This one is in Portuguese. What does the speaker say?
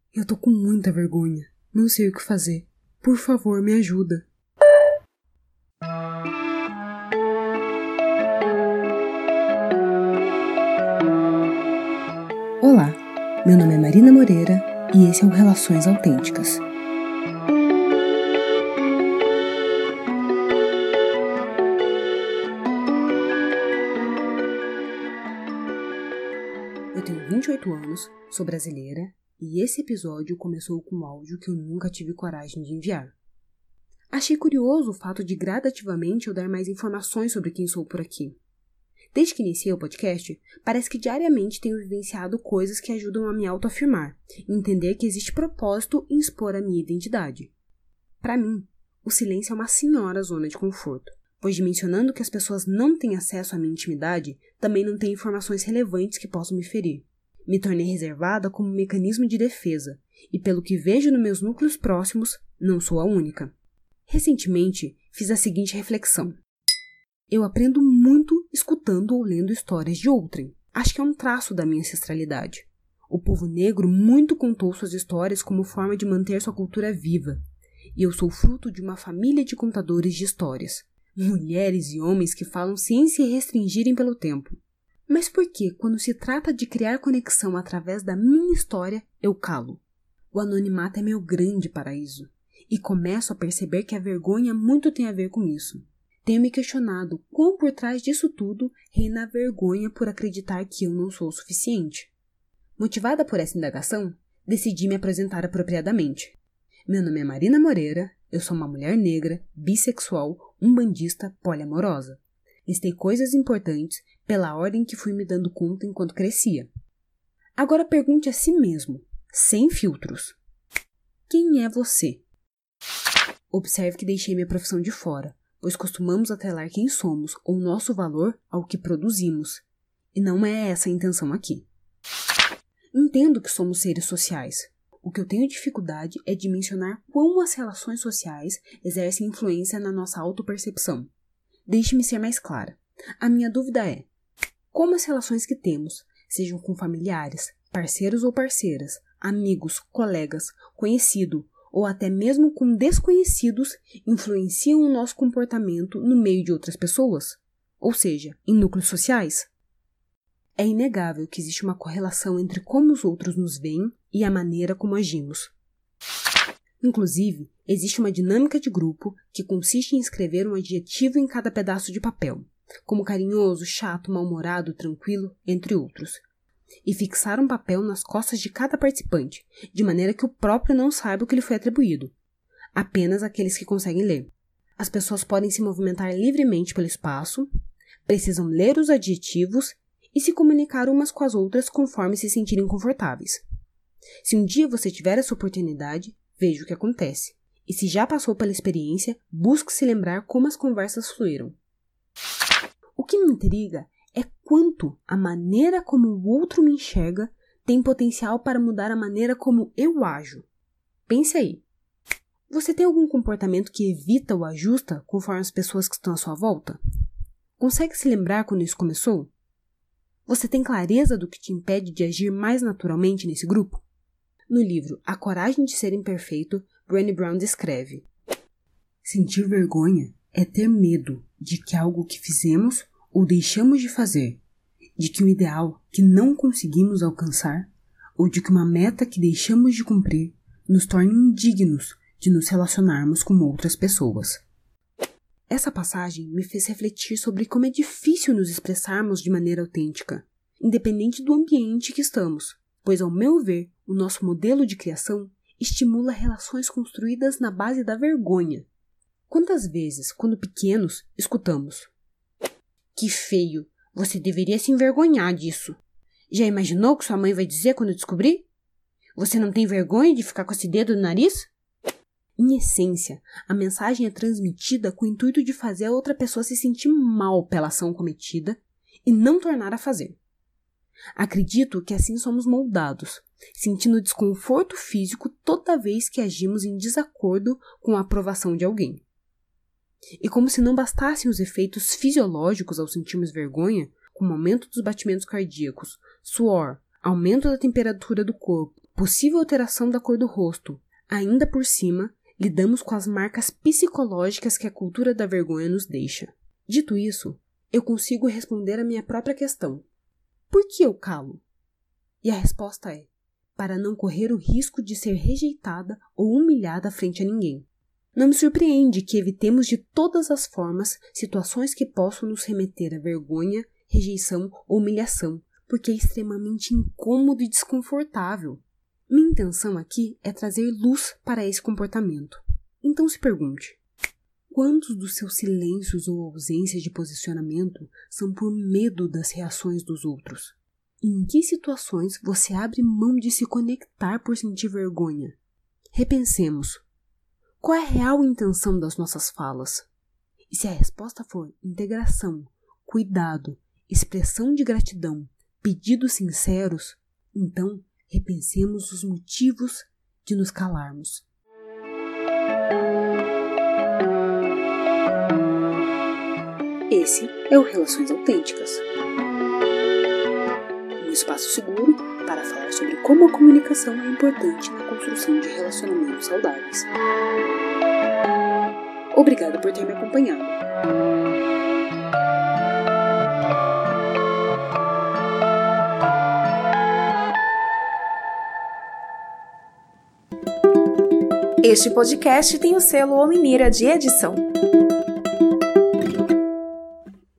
Eu tô com muita vergonha. Não sei o que fazer. Por favor, me ajuda. Olá, meu nome é Marina Moreira e esse é o Relações Autênticas. Eu tenho 28 anos, sou brasileira e esse episódio começou com um áudio que eu nunca tive coragem de enviar. Achei curioso o fato de gradativamente eu dar mais informações sobre quem sou por aqui. Desde que iniciei o podcast, parece que diariamente tenho vivenciado coisas que ajudam a me autoafirmar e entender que existe propósito em expor a minha identidade. Para mim, o silêncio é uma senhora zona de conforto, pois dimensionando que as pessoas não têm acesso à minha intimidade, também não têm informações relevantes que possam me ferir. Me tornei reservada como um mecanismo de defesa, e pelo que vejo nos meus núcleos próximos, não sou a única. Recentemente, fiz a seguinte reflexão. Eu aprendo muito escutando ou lendo histórias de outrem. Acho que é um traço da minha ancestralidade. O povo negro muito contou suas histórias como forma de manter sua cultura viva. E eu sou fruto de uma família de contadores de histórias. Mulheres e homens que falam sem se restringirem pelo tempo. Mas por que, quando se trata de criar conexão através da minha história, eu calo? O anonimato é meu grande paraíso. E começo a perceber que a vergonha muito tem a ver com isso. Tenho me questionado quão por trás disso tudo reina a vergonha por acreditar que eu não sou o suficiente. Motivada por essa indagação, decidi me apresentar apropriadamente. Meu nome é Marina Moreira, eu sou uma mulher negra, bissexual, umbandista, poliamorosa. Listei coisas importantes pela ordem que fui me dando conta enquanto crescia. Agora pergunte a si mesmo, sem filtros. Quem é você? Observe que deixei minha profissão de fora, pois costumamos atrelar quem somos ou nosso valor ao que produzimos. E não é essa a intenção aqui. Entendo que somos seres sociais. O que eu tenho dificuldade é de mencionar como as relações sociais exercem influência na nossa autopercepção. Deixe-me ser mais clara. A minha dúvida é, como as relações que temos, sejam com familiares, parceiros ou parceiras, amigos, colegas, conhecido ou até mesmo com desconhecidos, influenciam o nosso comportamento no meio de outras pessoas? Ou seja, em núcleos sociais? É inegável que existe uma correlação entre como os outros nos veem e a maneira como agimos. Inclusive, existe uma dinâmica de grupo que consiste em escrever um adjetivo em cada pedaço de papel, como carinhoso, chato, mal-humorado, tranquilo, entre outros, e fixar um papel nas costas de cada participante, de maneira que o próprio não saiba o que lhe foi atribuído, apenas aqueles que conseguem ler. As pessoas podem se movimentar livremente pelo espaço, precisam ler os adjetivos e se comunicar umas com as outras conforme se sentirem confortáveis. Se um dia você tiver essa oportunidade, veja o que acontece. E se já passou pela experiência, busque se lembrar como as conversas fluíram. O que me intriga é quanto a maneira como o outro me enxerga tem potencial para mudar a maneira como eu ajo. Pense aí. Você tem algum comportamento que evita ou ajusta conforme as pessoas que estão à sua volta? Consegue se lembrar quando isso começou? Você tem clareza do que te impede de agir mais naturalmente nesse grupo? No livro A Coragem de Ser Imperfeito, Brené Brown descreve: sentir vergonha é ter medo de que algo que fizemos ou deixamos de fazer, de que um ideal que não conseguimos alcançar, ou de que uma meta que deixamos de cumprir nos torne indignos de nos relacionarmos com outras pessoas. Essa passagem me fez refletir sobre como é difícil nos expressarmos de maneira autêntica, independente do ambiente que estamos, pois, ao meu ver, o nosso modelo de criação estimula relações construídas na base da vergonha. Quantas vezes, quando pequenos, escutamos: que feio, você deveria se envergonhar disso. Já imaginou o que sua mãe vai dizer quando descobrir? Você não tem vergonha de ficar com esse dedo no nariz? Em essência, a mensagem é transmitida com o intuito de fazer a outra pessoa se sentir mal pela ação cometida e não tornar a fazer. Acredito que assim somos moldados, sentindo desconforto físico toda vez que agimos em desacordo com a aprovação de alguém. E como se não bastassem os efeitos fisiológicos ao sentirmos vergonha, como aumento dos batimentos cardíacos, suor, aumento da temperatura do corpo, possível alteração da cor do rosto. Ainda por cima, lidamos com as marcas psicológicas que a cultura da vergonha nos deixa. Dito isso, eu consigo responder a minha própria questão. Por que eu calo? E a resposta é: para não correr o risco de ser rejeitada ou humilhada frente a ninguém. Não me surpreende que evitemos de todas as formas situações que possam nos remeter a vergonha, rejeição ou humilhação, porque é extremamente incômodo e desconfortável. Minha intenção aqui é trazer luz para esse comportamento. Então se pergunte: quantos dos seus silêncios ou ausências de posicionamento são por medo das reações dos outros? E em que situações você abre mão de se conectar por sentir vergonha? Repensemos. Qual é a real intenção das nossas falas? E se a resposta for integração, cuidado, expressão de gratidão, pedidos sinceros, então repensemos os motivos de nos calarmos. Esse é o Relações Autênticas, um espaço seguro para falar sobre como a comunicação é importante na construção de relacionamentos saudáveis. Obrigada por ter me acompanhado. Este podcast tem o selo Ominira de edição.